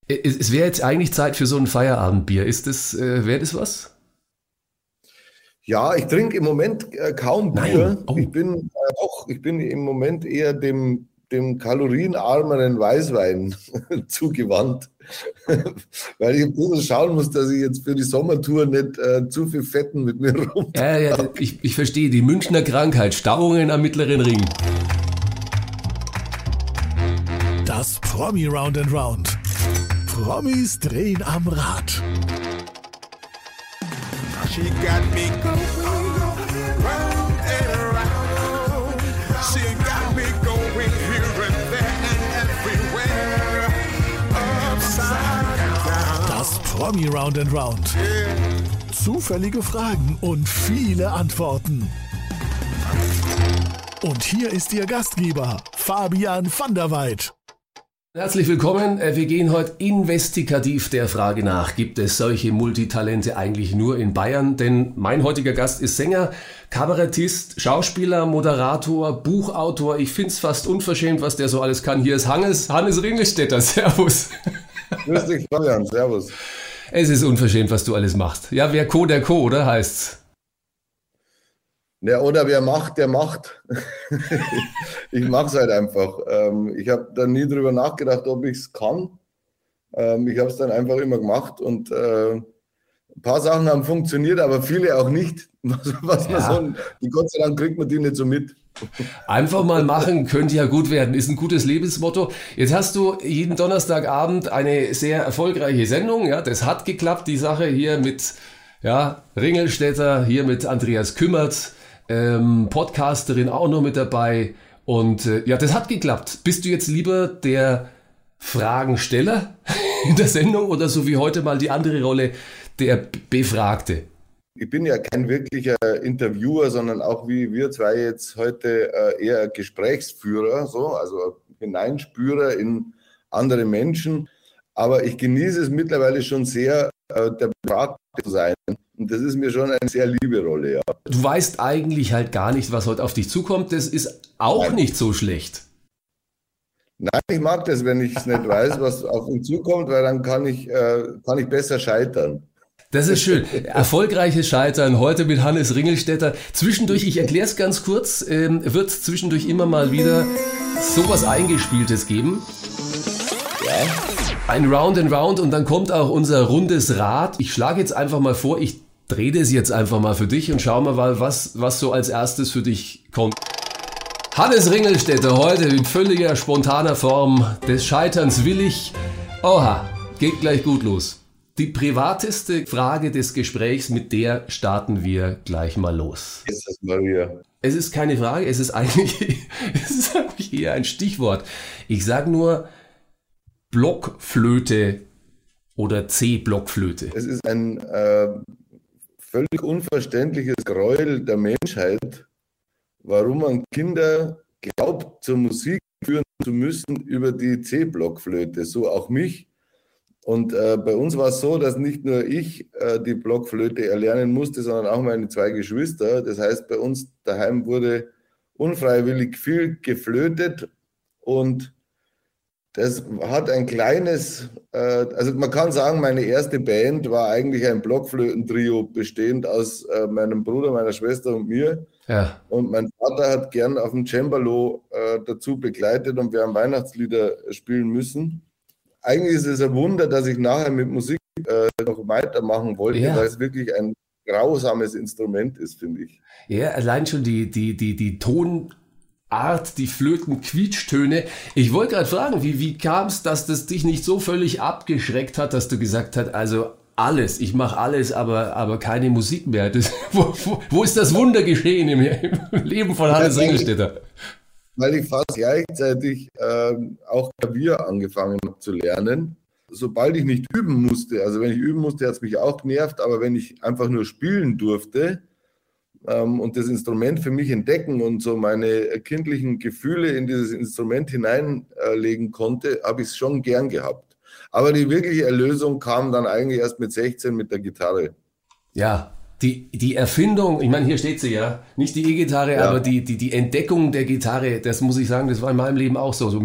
Es wäre jetzt eigentlich Zeit für so ein Feierabendbier. Wäre das was? Ja, ich trinke im Moment kaum Nein. Bier. Oh. Ich bin im Moment eher dem kalorienarmeren Weißwein zugewandt, weil ich ein bisschen schauen muss, dass ich jetzt für die Sommertour nicht zu viel Fetten mit mir rum. Ich verstehe, die Münchner Krankheit, Stauungen am mittleren Ring. Das Promi Round and Round. Promis drehen am Rad. She got me going round and around. She got me going here and there and everywhere. Upside down. Das Promi Round and Round. Zufällige Fragen und viele Antworten. Und hier ist Ihr Gastgeber, Fabian van der Weid. Herzlich willkommen. Wir gehen heute investigativ der Frage nach, gibt es solche Multitalente eigentlich nur in Bayern? Denn mein heutiger Gast ist Sänger, Kabarettist, Schauspieler, Moderator, Buchautor. Ich finde es fast unverschämt, was der so alles kann. Hier ist Hannes Ringelstetter. Servus. Grüß dich, Fabian. Servus. Es ist unverschämt, was du alles machst. Ja, wer Co, der Co, oder heißt's? Ja, oder wer macht, der macht. Ich mache es halt einfach. Ich habe da nie drüber nachgedacht, ob ich es kann. Ich habe es dann einfach immer gemacht und ein paar Sachen haben funktioniert, aber viele auch nicht. Was man so, Gott sei Dank kriegt man die nicht so mit. Einfach mal machen, könnte ja gut werden, ist ein gutes Lebensmotto. Jetzt hast du jeden Donnerstagabend eine sehr erfolgreiche Sendung, ja, das hat geklappt, die Sache hier mit Ringelstetter, hier mit Andreas Kümmert, Podcasterin auch noch mit dabei und das hat geklappt. Bist du jetzt lieber der Fragensteller in der Sendung oder so wie heute mal die andere Rolle, der Befragte? Ich bin ja kein wirklicher Interviewer, sondern auch wie wir zwei jetzt heute eher Gesprächsführer, also Hineinspürer in andere Menschen. Aber ich genieße es mittlerweile schon sehr, der Befragte zu sein. Und das ist mir schon eine sehr liebe Rolle, ja. Du weißt eigentlich halt gar nicht, was heute auf dich zukommt. Das ist auch nicht so schlecht. Nein, ich mag das, wenn ich es nicht weiß, was auf mich zukommt, weil dann kann ich besser scheitern. Das ist schön. Erfolgreiches Scheitern heute mit Hannes Ringelstetter. Zwischendurch, ich erkläre es ganz kurz, wird es zwischendurch immer mal wieder sowas Eingespieltes geben. Ja. Ein Round and Round und dann kommt auch unser rundes Rad. Ich schlage jetzt einfach mal vor, ich drehe das jetzt einfach mal für dich und schau mal, was so als erstes für dich kommt. Hannes Ringelstetter heute in völliger spontaner Form des Scheiterns willig. Oha, geht gleich gut los. Die privateste Frage des Gesprächs, mit der starten wir gleich mal los. Jesus Maria. Es ist keine Frage, es ist eigentlich eher ein Stichwort. Ich sage nur Blockflöte oder C-Blockflöte. Es ist ein völlig unverständliches Gräuel der Menschheit, warum man Kinder glaubt, zur Musik führen zu müssen über die C-Blockflöte, so auch mich. Und bei uns war es so, dass nicht nur ich die Blockflöte erlernen musste, sondern auch meine zwei Geschwister. Das heißt, bei uns daheim wurde unfreiwillig viel geflötet und das hat ein kleines, also man kann sagen, meine erste Band war eigentlich ein Blockflötentrio bestehend aus meinem Bruder, meiner Schwester und mir. Ja. Und mein Vater hat gern auf dem Cembalo dazu begleitet und wir haben Weihnachtslieder spielen müssen. Eigentlich ist es ein Wunder, dass ich nachher mit Musik noch weitermachen wollte, weil es wirklich ein grausames Instrument ist, finde ich. Ja, allein schon die Tonart, die Flöten-Quietschtöne. Ich wollte gerade fragen, wie kam es, dass das dich nicht so völlig abgeschreckt hat, dass du gesagt hast, also alles, ich mache alles, aber keine Musik mehr. Wo ist das Wunder geschehen im Leben von Hannes Ringelstetter? Weil ich fast gleichzeitig auch Klavier angefangen habe zu lernen. Sobald ich nicht üben musste, also wenn ich üben musste, hat es mich auch genervt, aber wenn ich einfach nur spielen durfte und das Instrument für mich entdecken und so meine kindlichen Gefühle in dieses Instrument hineinlegen konnte, habe ich es schon gern gehabt. Aber die wirkliche Erlösung kam dann eigentlich erst mit 16 mit der Gitarre. Ja. Die Erfindung, ich meine, hier steht sie ja, nicht die E-Gitarre, aber die Entdeckung der Gitarre, das muss ich sagen, das war in meinem Leben auch so mit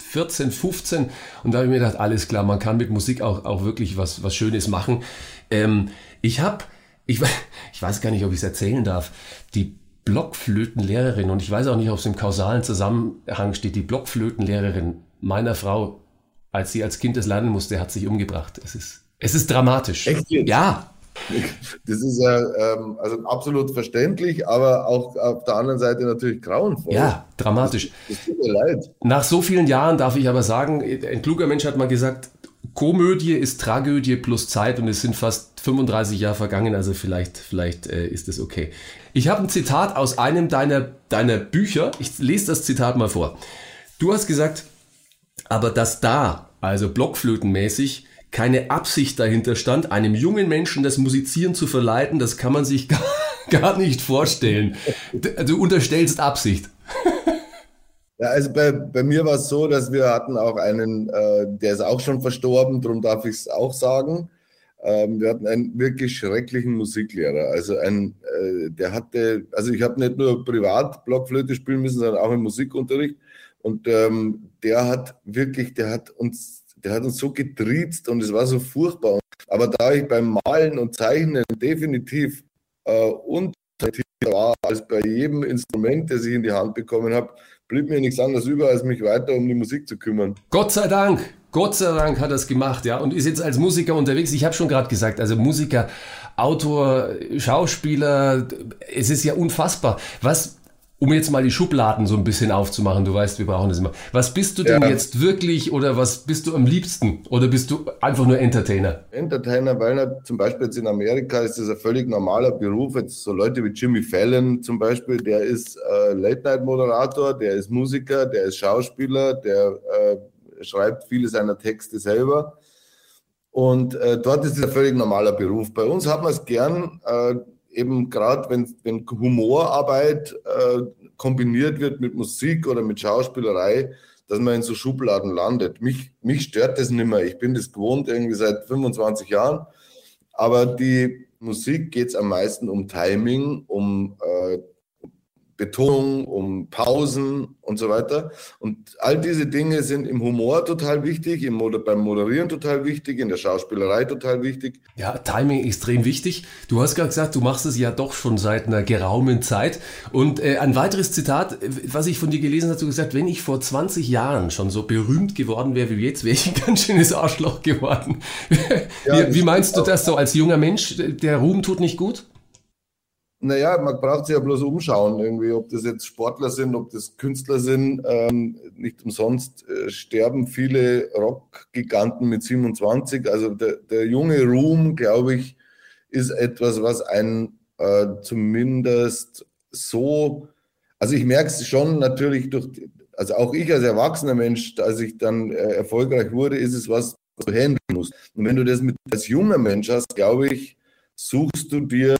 14, 15 und da habe ich mir gedacht, alles klar, man kann mit Musik auch wirklich was Schönes machen. Ich weiß gar nicht, ob ich es erzählen darf, die Blockflötenlehrerin, und ich weiß auch nicht, ob es im kausalen Zusammenhang steht, die Blockflötenlehrerin meiner Frau, als sie als Kind das lernen musste, hat sich umgebracht. Es ist dramatisch. Echt jetzt? Ja. Das ist ja also absolut verständlich, aber auch auf der anderen Seite natürlich grauenvoll. Ja, dramatisch. Das tut mir leid. Nach so vielen Jahren darf ich aber sagen, ein kluger Mensch hat mal gesagt, Komödie ist Tragödie plus Zeit und es sind fast 35 Jahre vergangen, also vielleicht ist es okay. Ich habe ein Zitat aus einem deiner Bücher, ich lese das Zitat mal vor. Du hast gesagt, aber dass da, also blockflötenmäßig, keine Absicht dahinter stand, einem jungen Menschen das Musizieren zu verleiten, das kann man sich gar nicht vorstellen. Du unterstellst Absicht. Ja, also bei mir war es so, dass wir hatten auch einen, der ist auch schon verstorben, darum darf ich es auch sagen. Wir hatten einen wirklich schrecklichen Musiklehrer. Also der hatte, also ich habe nicht nur privat Blockflöte spielen müssen, sondern auch im Musikunterricht. Und der hat uns so getriezt und es war so furchtbar. Aber da ich beim Malen und Zeichnen definitiv unterschiedlicher war als bei jedem Instrument, das ich in die Hand bekommen habe, blieb mir nichts anderes über, als mich weiter um die Musik zu kümmern. Gott sei Dank hat er es gemacht, ja, und ist jetzt als Musiker unterwegs. Ich habe schon gerade gesagt, also Musiker, Autor, Schauspieler, es ist ja unfassbar. Um jetzt mal die Schubladen so ein bisschen aufzumachen, du weißt, wir brauchen das immer. Was bist du denn jetzt wirklich oder was bist du am liebsten? Oder bist du einfach nur Entertainer? Entertainer, weil zum Beispiel jetzt in Amerika ist das ein völlig normaler Beruf. Jetzt so Leute wie Jimmy Fallon zum Beispiel, der ist Late-Night-Moderator, der ist Musiker, der ist Schauspieler, der schreibt viele seiner Texte selber. Und dort ist es ein völlig normaler Beruf. Bei uns hat man es gern, eben gerade wenn Humorarbeit kombiniert wird mit Musik oder mit Schauspielerei, dass man in so Schubladen landet. Mich stört das nicht mehr. Ich bin das gewohnt irgendwie seit 25 Jahren. Aber die Musik geht es am meisten um Timing, um Betonung, um Pausen und so weiter. Und all diese Dinge sind im Humor total wichtig, beim Moderieren total wichtig, in der Schauspielerei total wichtig. Ja, Timing extrem wichtig. Du hast gerade gesagt, du machst es ja doch schon seit einer geraumen Zeit. Und ein weiteres Zitat, was ich von dir gelesen habe, du gesagt, wenn ich vor 20 Jahren schon so berühmt geworden wäre wie jetzt, wäre ich ein ganz schönes Arschloch geworden. Wie meinst du das so als junger Mensch? Der Ruhm tut nicht gut? Naja, man braucht sich ja bloß umschauen, irgendwie, ob das jetzt Sportler sind, ob das Künstler sind. Nicht umsonst sterben viele Rockgiganten mit 27. Also der junge Ruhm, glaube ich, ist etwas, was einen zumindest so, also ich merke es schon natürlich also auch ich als erwachsener Mensch, als ich dann erfolgreich wurde, ist es was du handeln musst. Und wenn du das als junger Mensch hast, glaube ich, suchst du dir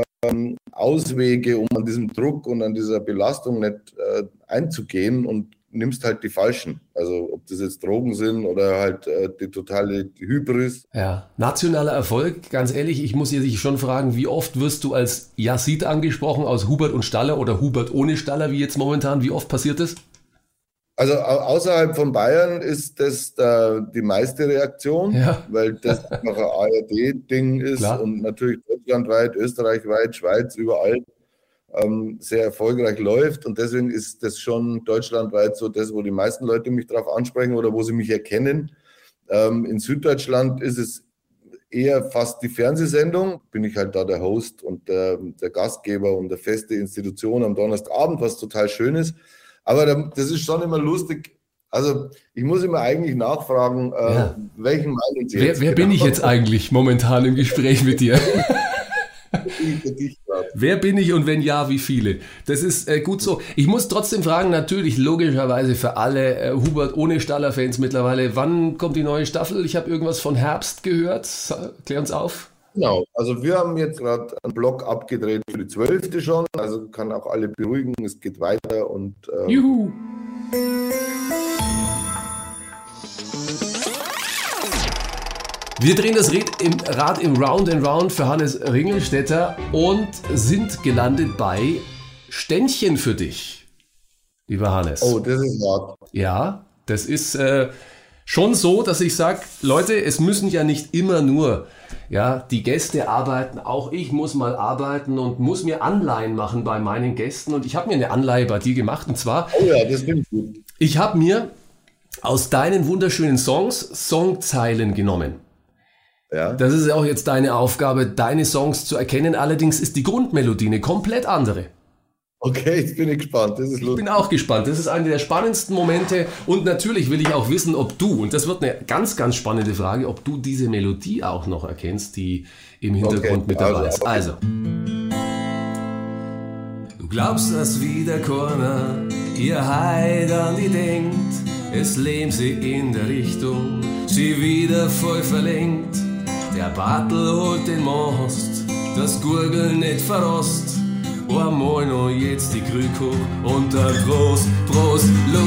Auswege, um an diesem Druck und an dieser Belastung nicht einzugehen und nimmst halt die falschen. Also ob das jetzt Drogen sind oder halt die totale Hybris. Ja, nationaler Erfolg, ganz ehrlich, ich muss dich schon fragen, wie oft wirst du als Yazid angesprochen aus Hubert und Staller oder Hubert ohne Staller, wie jetzt momentan, wie oft passiert das? Also außerhalb von Bayern ist das die meiste Reaktion, weil das noch ein ARD-Ding ist. Klar. Und natürlich deutschlandweit, österreichweit, Schweiz, überall sehr erfolgreich läuft. Und deswegen ist das schon deutschlandweit so das, wo die meisten Leute mich drauf ansprechen oder wo sie mich erkennen. In Süddeutschland ist es eher fast die Fernsehsendung. Bin ich halt da der Host und der Gastgeber und der feste Institution am Donnerstagabend, was total schön ist. Aber das ist schon immer lustig. Also ich muss immer eigentlich nachfragen, welchen meinen Sie jetzt? Wer bin ich jetzt eigentlich momentan im Gespräch mit dir? Wer bin ich und wenn ja, wie viele? Das ist gut so. Ich muss trotzdem fragen, natürlich logischerweise für alle Hubert ohne Staller-Fans mittlerweile, wann kommt die neue Staffel? Ich habe irgendwas von Herbst gehört. Klär uns auf. Genau, also wir haben jetzt gerade einen Blog abgedreht für die 12. schon, also kann auch alle beruhigen, es geht weiter und Juhu! Wir drehen das Rad im Round and Round für Hannes Ringelstetter und sind gelandet bei Ständchen für dich, lieber Hannes. Oh, das ist hart. Ja, Das ist schon so, dass ich sage, Leute, es müssen ja nicht immer nur die Gäste arbeiten. Auch ich muss mal arbeiten und muss mir Anleihen machen bei meinen Gästen. Und ich habe mir eine Anleihe bei dir gemacht. Und zwar, Oh ja, das finde ich gut. ich habe mir aus deinen wunderschönen Songs Songzeilen genommen. Ja. Das ist ja auch jetzt deine Aufgabe, deine Songs zu erkennen. Allerdings ist die Grundmelodie eine komplett andere. Okay, jetzt bin ich gespannt. Das ist Ich lustig. bin auch gespannt. Das ist eine der spannendsten Momente. Und natürlich will ich auch wissen, ob du, und das wird eine ganz, ganz spannende Frage, ob du diese Melodie auch noch erkennst, die im Hintergrund mit dabei ist. Also. Du glaubst, dass wieder keiner ihr Heid an die denkt. Es lehnt sie in der Richtung, sie wieder voll verlenkt. Der Bartel holt den Most, das Gurgel nicht verrost. Einmal noch jetzt die Krüge hoch und dann Prost, Prost,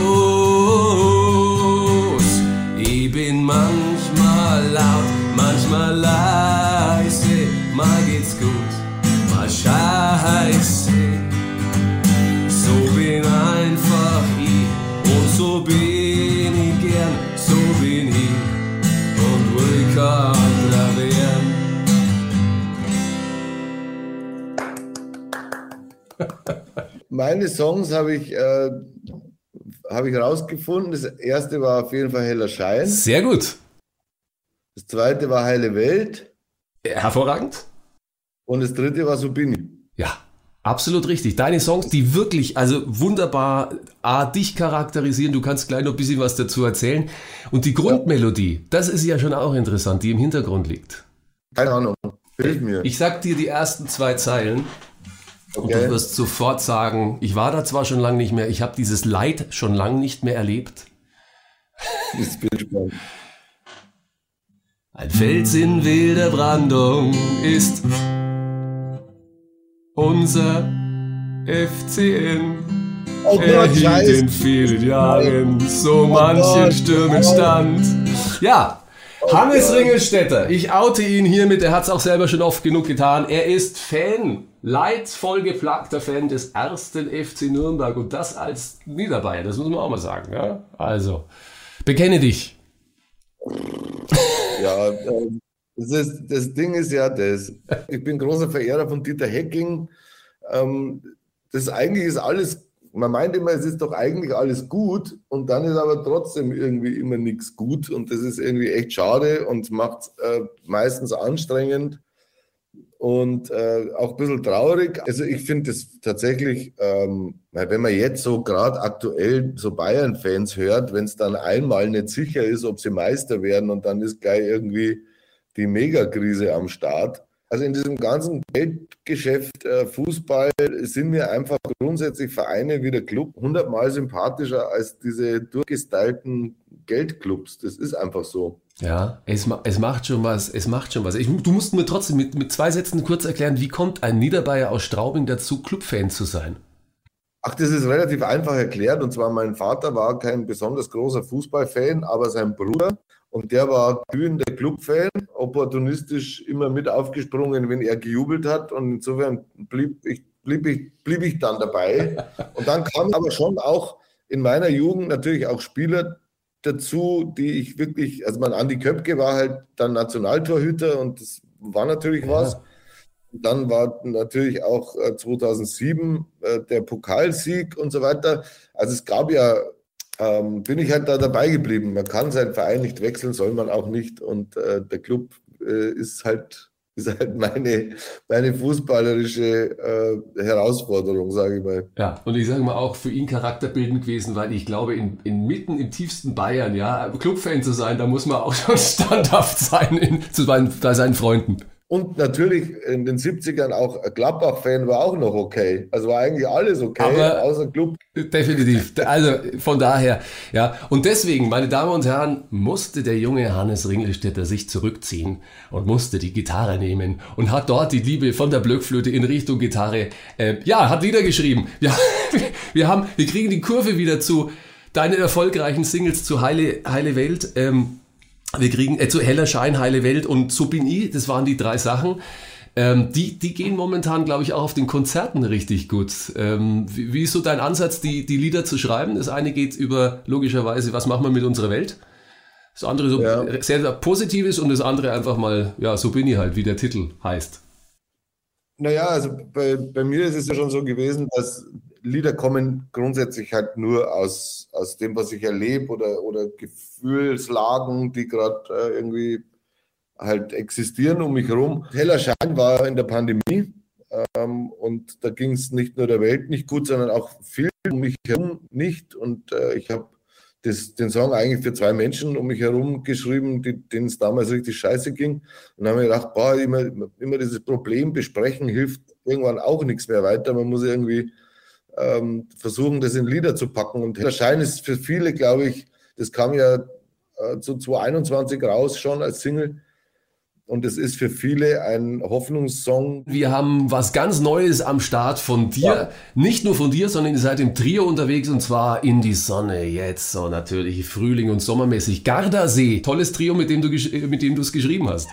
los. Ich bin manchmal laut, manchmal leise, mal geht's gut, mal scheiße. So bin einfach ich und so bin ich gern, so bin ich und will kein anderer werden. Meine Songs habe ich rausgefunden. Das erste war auf jeden Fall Heller Schein. Sehr gut. Das zweite war Heile Welt. Hervorragend. Und das dritte war So bin ich. Ja, absolut richtig. Deine Songs, die wirklich, also wunderbar dich charakterisieren. Du kannst gleich noch ein bisschen was dazu erzählen. Und die Grundmelodie, das ist ja schon auch interessant, die im Hintergrund liegt. Keine Ahnung. Hilf mir. Ich sag dir die ersten 2 Zeilen. Und Okay. du wirst sofort sagen, ich war da zwar schon lange nicht mehr, ich habe dieses Leid schon lange nicht mehr erlebt. Jetzt bin ich gespannt. Ein Fels in wilder Brandung ist unser FCN. Oh Er Gott, hielt Scheiße. in vielen Jahren so Oh manchen Gott. Stürmen stand. Ja, Hannes Ringelstetter, ich oute ihn hiermit, er hat es auch selber schon oft genug getan. Er ist Fan, leidvoll geplagter Fan des ersten FC Nürnberg und das als Niederbayer, das muss man auch mal sagen. Ja? Also, bekenne dich. Ja, das Ding ist ja das. Ich bin großer Verehrer von Dieter Hecking. Eigentlich ist alles, man meint immer, es ist doch eigentlich alles gut und dann ist aber trotzdem irgendwie immer nichts gut und das ist irgendwie echt schade und macht meistens anstrengend und auch ein bisschen traurig. Also ich finde das tatsächlich, wenn man jetzt so gerade aktuell so Bayern-Fans hört, wenn es dann einmal nicht sicher ist, ob sie Meister werden und dann ist gleich irgendwie die Megakrise am Start. Also in diesem ganzen Geldgeschäft Fußball sind mir einfach grundsätzlich Vereine wie der Club 100-mal sympathischer als diese durchgestylten Geldclubs. Das ist einfach so. Ja, es macht schon was, du musst mir trotzdem mit 2 Sätzen kurz erklären, wie kommt ein Niederbayer aus Straubing dazu, Clubfan zu sein? Ach, das ist relativ einfach erklärt. Und zwar, mein Vater war kein besonders großer Fußballfan, aber sein Bruder, und der war glühender Clubfan, opportunistisch immer mit aufgesprungen, wenn er gejubelt hat. Und insofern blieb ich dann dabei. Und dann kamen aber schon auch in meiner Jugend natürlich auch Spieler dazu, die ich wirklich, also Andi Köpke war halt dann Nationaltorhüter und das war natürlich was. Dann war natürlich auch 2007 der Pokalsieg und so weiter. Also es gab ja, bin ich halt da dabei geblieben. Man kann seinen Verein nicht wechseln, soll man auch nicht. Und der Club ist halt meine fußballerische Herausforderung, sage ich mal. Ja, und ich sage mal auch für ihn charakterbildend gewesen, weil ich glaube, mitten im tiefsten Bayern, ja, Clubfan zu sein, da muss man auch schon standhaft sein bei seinen Freunden. Und natürlich in den 70ern auch Gladbach-Fan war auch noch okay. Also war eigentlich alles okay, Aber außer Club. Definitiv. Also von daher, ja. Und deswegen, meine Damen und Herren, musste der junge Hannes Ringelstetter sich zurückziehen und musste die Gitarre nehmen und hat dort die Liebe von der Blockflöte in Richtung Gitarre, hat Lieder geschrieben. Ja, wir kriegen die Kurve wieder zu deinen erfolgreichen Singles zu Heile Welt. Wir kriegen zu Heller Schein, Heile Welt und So bin ich, das waren die 3 Sachen. Die gehen momentan, glaube ich, auch auf den Konzerten richtig gut. Wie ist so dein Ansatz, die Lieder zu schreiben? Das eine geht über, logischerweise, was machen wir mit unserer Welt? Das andere so sehr, sehr Positives und das andere einfach mal, ja, so bin ich halt, wie der Titel heißt. Naja, also bei mir ist es ja schon so gewesen, dass Lieder kommen grundsätzlich halt nur aus dem, was ich erlebe oder Gefühlslagen, die gerade irgendwie halt existieren um mich herum. Heller Schein war in der Pandemie und da ging es nicht nur der Welt nicht gut, sondern auch viel um mich herum nicht. Und ich habe den Song eigentlich für 2 Menschen um mich herum geschrieben, denen es damals richtig scheiße ging. Und dann habe ich gedacht, boah, immer dieses Problem besprechen hilft irgendwann auch nichts mehr weiter. Man muss irgendwie versuchen, das in Lieder zu packen. Und Heller Schein ist für viele, glaube ich, das kam ja zu 2021 raus schon als Single. Und es ist für viele ein Hoffnungssong. Wir haben was ganz Neues am Start von dir. Ja. Nicht nur von dir, sondern ihr seid im Trio unterwegs und zwar In die Sonne. Jetzt so natürlich Frühling und sommermäßig. Gardasee. Tolles Trio, mit dem du es geschrieben hast.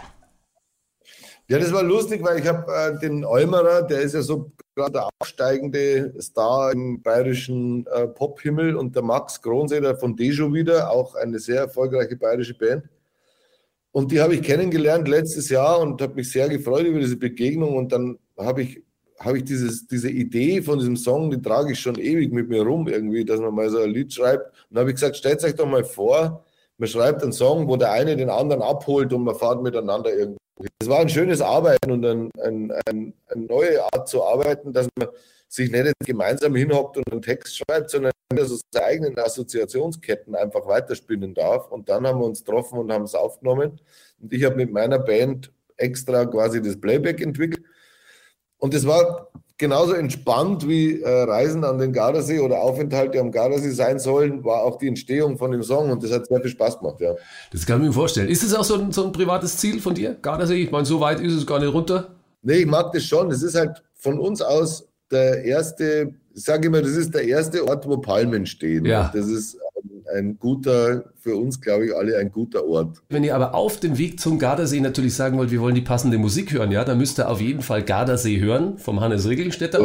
Ja, das war lustig, weil ich habe den Eumerer, der ist ja so gerade der aufsteigende Star im bayerischen Pophimmel, und der Max Kronseder von Dejo wieder, auch eine sehr erfolgreiche bayerische Band. Und die habe ich kennengelernt letztes Jahr und habe mich sehr gefreut über diese Begegnung. Und dann habe ich diese Idee von diesem Song, die trage ich schon ewig mit mir rum irgendwie, dass man mal so ein Lied schreibt. Und dann habe ich gesagt, stellt euch doch mal vor, man schreibt einen Song, wo der eine den anderen abholt und man fährt miteinander irgendwo. Es war ein schönes Arbeiten und eine neue Art zu arbeiten, dass man sich nicht gemeinsam hinhockt und einen Text schreibt, sondern dass es seine eigenen Assoziationsketten einfach weiterspinnen darf. Und dann haben wir uns getroffen und haben es aufgenommen. Und ich habe mit meiner Band extra quasi das Playback entwickelt. Und es war genauso entspannt wie Reisen an den Gardasee oder Aufenthalte am Gardasee sein sollen, war auch die Entstehung von dem Song. Und das hat sehr viel Spaß gemacht, ja. Das kann ich mir vorstellen. Ist das auch so ein privates Ziel von dir, Gardasee? Ich meine, so weit ist es gar nicht runter. Nee, ich mag das schon. Es ist halt von uns aus der erste, ich sage immer, das ist der erste Ort, wo Palmen stehen. Ja. Das ist ein guter, für uns glaube ich alle ein guter Ort. Wenn ihr aber auf dem Weg zum Gardasee natürlich sagen wollt, wir wollen die passende Musik hören, ja, dann müsst ihr auf jeden Fall Gardasee hören vom Hannes Ringelstetter.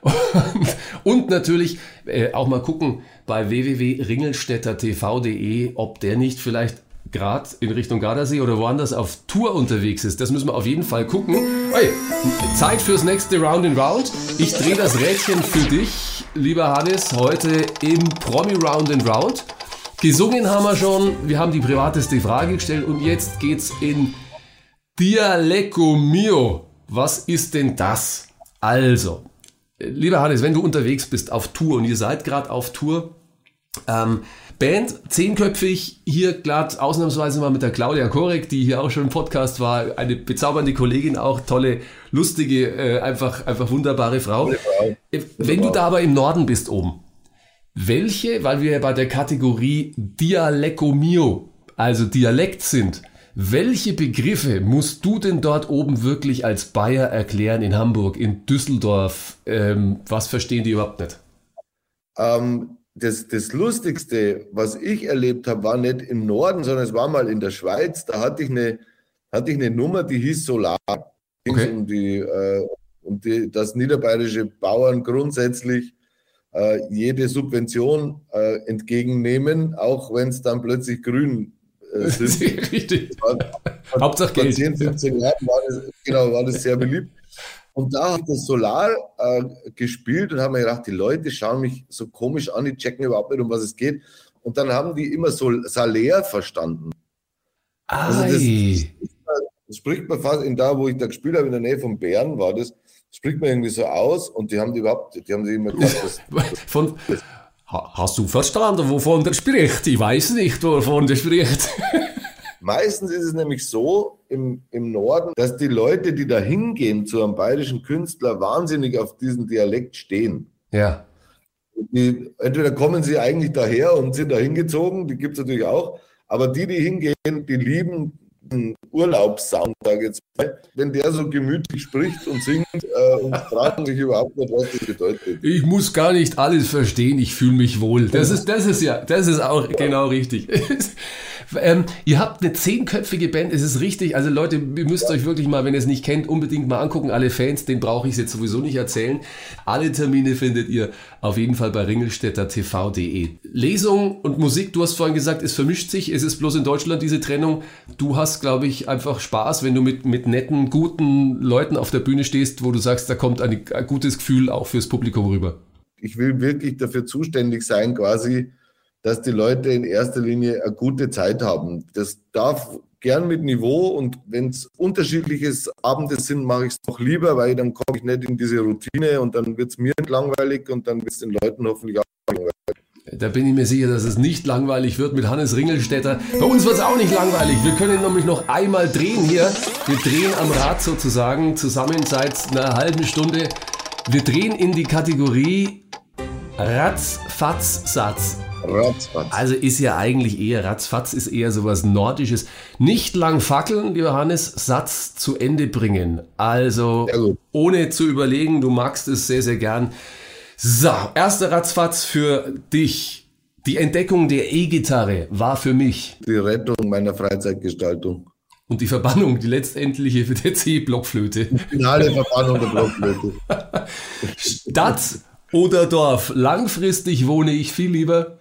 Und natürlich auch mal gucken bei www.ringelstettertv.de, ob der nicht vielleicht gerade in Richtung Gardasee oder woanders auf Tour unterwegs ist. Das müssen wir auf jeden Fall gucken. Hey, Zeit fürs nächste Round and Round. Ich drehe das Rädchen für dich, lieber Hannes, heute im Promi Round and Round. Gesungen haben wir schon, wir haben die privateste Frage gestellt und jetzt geht's in Dialecto Mio. Was ist denn das? Also, lieber Hannes, wenn du unterwegs bist auf Tour und ihr seid gerade auf Tour, Band, 10-köpfig, hier glatt ausnahmsweise mal mit der Claudia Korek, die hier auch schon im Podcast war, eine bezaubernde Kollegin, auch tolle, lustige, einfach wunderbare Frau. Wenn du da aber im Norden bist oben, welche, weil wir ja bei der Kategorie Dialecto Mio, also Dialekt sind, welche Begriffe musst du denn dort oben wirklich als Bayer erklären in Hamburg, in Düsseldorf? Was verstehen die überhaupt nicht? Das Lustigste, was ich erlebt habe, war nicht im Norden, sondern es war mal in der Schweiz. Da hatte ich eine Nummer, die hieß Solar. Okay. Dass niederbayerische Bauern grundsätzlich jede Subvention entgegennehmen, auch wenn es dann plötzlich grün sind. Richtig. Hauptsache Geld. Vor 10, 15 Jahren war das sehr beliebt. Und da habe ich das Solar gespielt und habe mir gedacht, die Leute schauen mich so komisch an, die checken überhaupt nicht, um was es geht. Und dann haben die immer so Salär verstanden. Also das spricht man fast, da wo ich da gespielt habe, in der Nähe von Bern war das, spricht man irgendwie so aus und die haben sich immer gedacht, hast du verstanden, wovon der spricht? Ich weiß nicht, wovon der spricht. Meistens ist es nämlich so im Norden, dass die Leute, die da hingehen zu einem bayerischen Künstler, wahnsinnig auf diesen Dialekt stehen. Ja. Entweder kommen sie eigentlich daher und sind da hingezogen, die gibt es natürlich auch, aber die hingehen, die lieben den Urlaubssound, sage ich jetzt mal, wenn der so gemütlich spricht und singt und fragen sich überhaupt nicht, was das bedeutet. Ich muss gar nicht alles verstehen, ich fühle mich wohl. Das ist auch genau richtig. Ihr habt eine 10-köpfige Band, es ist richtig. Also Leute, ihr müsst euch wirklich mal, wenn ihr es nicht kennt, unbedingt mal angucken. Alle Fans, den brauche ich jetzt sowieso nicht erzählen. Alle Termine findet ihr auf jeden Fall bei ringelstädtertv.de. Lesung und Musik, du hast vorhin gesagt, es vermischt sich. Es ist bloß in Deutschland diese Trennung. Du hast, glaube ich, einfach Spaß, wenn du mit netten, guten Leuten auf der Bühne stehst, wo du sagst, da kommt ein gutes Gefühl auch fürs Publikum rüber. Ich will wirklich dafür zuständig sein, quasi, dass die Leute in erster Linie eine gute Zeit haben. Das darf gern mit Niveau, und wenn es unterschiedliche Abende sind, mache ich es noch lieber, weil dann komme ich nicht in diese Routine und dann wird es mir nicht langweilig und dann wird es den Leuten hoffentlich auch langweilig. Da bin ich mir sicher, dass es nicht langweilig wird mit Hannes Ringelstädter. Bei uns wird es auch nicht langweilig. Wir können nämlich noch einmal drehen hier. Wir drehen am Rad sozusagen zusammen seit einer halben Stunde. Wir drehen in die Kategorie Ratz-Fatz-Satz. Ratzfatz. Also ist ja eigentlich eher, Ratzfatz ist eher sowas Nordisches. Nicht lang fackeln, lieber Hannes, Satz zu Ende bringen. Also ohne zu überlegen, du magst es sehr, sehr gern. So, erster Ratzfatz für dich. Die Entdeckung der E-Gitarre war für mich Die Rettung meiner Freizeitgestaltung. und die Verbannung, die letztendliche für die C-Blockflöte. Finale Verbannung der Blockflöte. Stadt oder Dorf? Langfristig wohne ich viel lieber.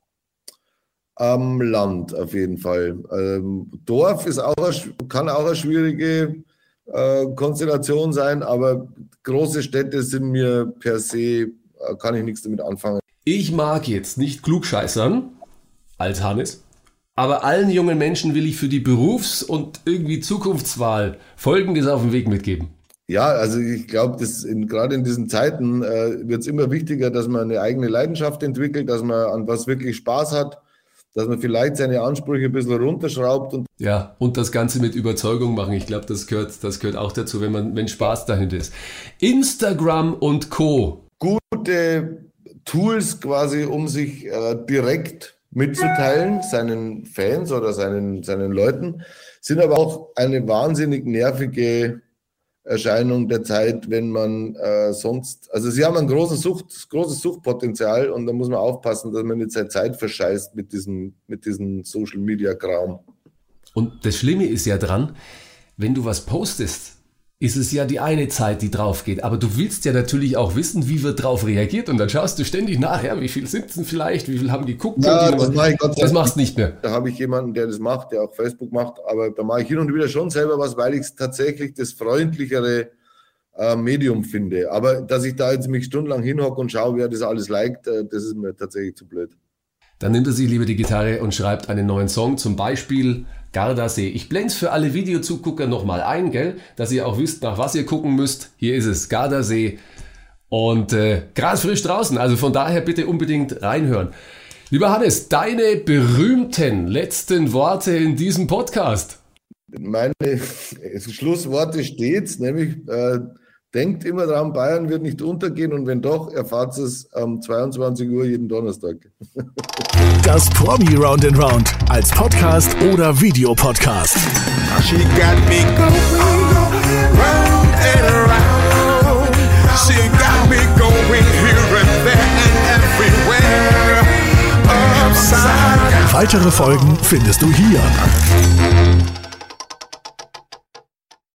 Am Land auf jeden Fall. Dorf ist kann auch eine schwierige Konstellation sein, aber große Städte sind mir per se, kann ich nichts damit anfangen. Ich mag jetzt nicht klugscheißern als Hannes, aber allen jungen Menschen will ich für die Berufs- und irgendwie Zukunftswahl Folgendes auf den Weg mitgeben. Ja, also ich glaube, gerade in diesen Zeiten wird es immer wichtiger, dass man eine eigene Leidenschaft entwickelt, dass man an was wirklich Spaß hat, dass man vielleicht seine Ansprüche ein bisschen runterschraubt. Und das Ganze mit Überzeugung machen. Ich glaube, das gehört auch dazu, wenn Spaß dahinter ist. Instagram und Co. Gute Tools quasi, um sich direkt mitzuteilen, seinen Fans oder seinen Leuten, sind aber auch eine wahnsinnig nervige Erscheinung der Zeit, wenn man also sie haben ein großes Suchtpotenzial, und da muss man aufpassen, dass man nicht seine Zeit verscheißt mit diesem Social-Media-Kram. Und das Schlimme ist ja dran, wenn du was postest, ist es ja die eine Zeit, die drauf geht. Aber du willst ja natürlich auch wissen, wie wird drauf reagiert, und dann schaust du ständig nachher, wie viel sind es denn vielleicht, wie viel haben die geguckt. Ja, das machst du nicht mehr. Da habe ich jemanden, der das macht, der auch Facebook macht, aber da mache ich hin und wieder schon selber was, weil ich es tatsächlich das freundlichere Medium finde. Aber dass ich da jetzt mich stundenlang hinhocke und schaue, wer das alles liked, das ist mir tatsächlich zu blöd. Dann nimmt er sich lieber die Gitarre und schreibt einen neuen Song, zum Beispiel Gardasee. Ich blende es für alle Videozugucker nochmal ein, gell, dass ihr auch wisst, nach was ihr gucken müsst. Hier ist es, Gardasee, und gerade frisch draußen, also von daher bitte unbedingt reinhören. Lieber Hannes, deine berühmten letzten Worte in diesem Podcast. Meine Schlussworte stets, nämlich denkt immer dran, Bayern wird nicht untergehen, und wenn doch, erfahrt es 22 Uhr jeden Donnerstag. Das Promi Round and Round als Podcast oder Videopodcast. She got me going round and around. She got me going here and there and everywhere. Upside down. Weitere Folgen findest du hier.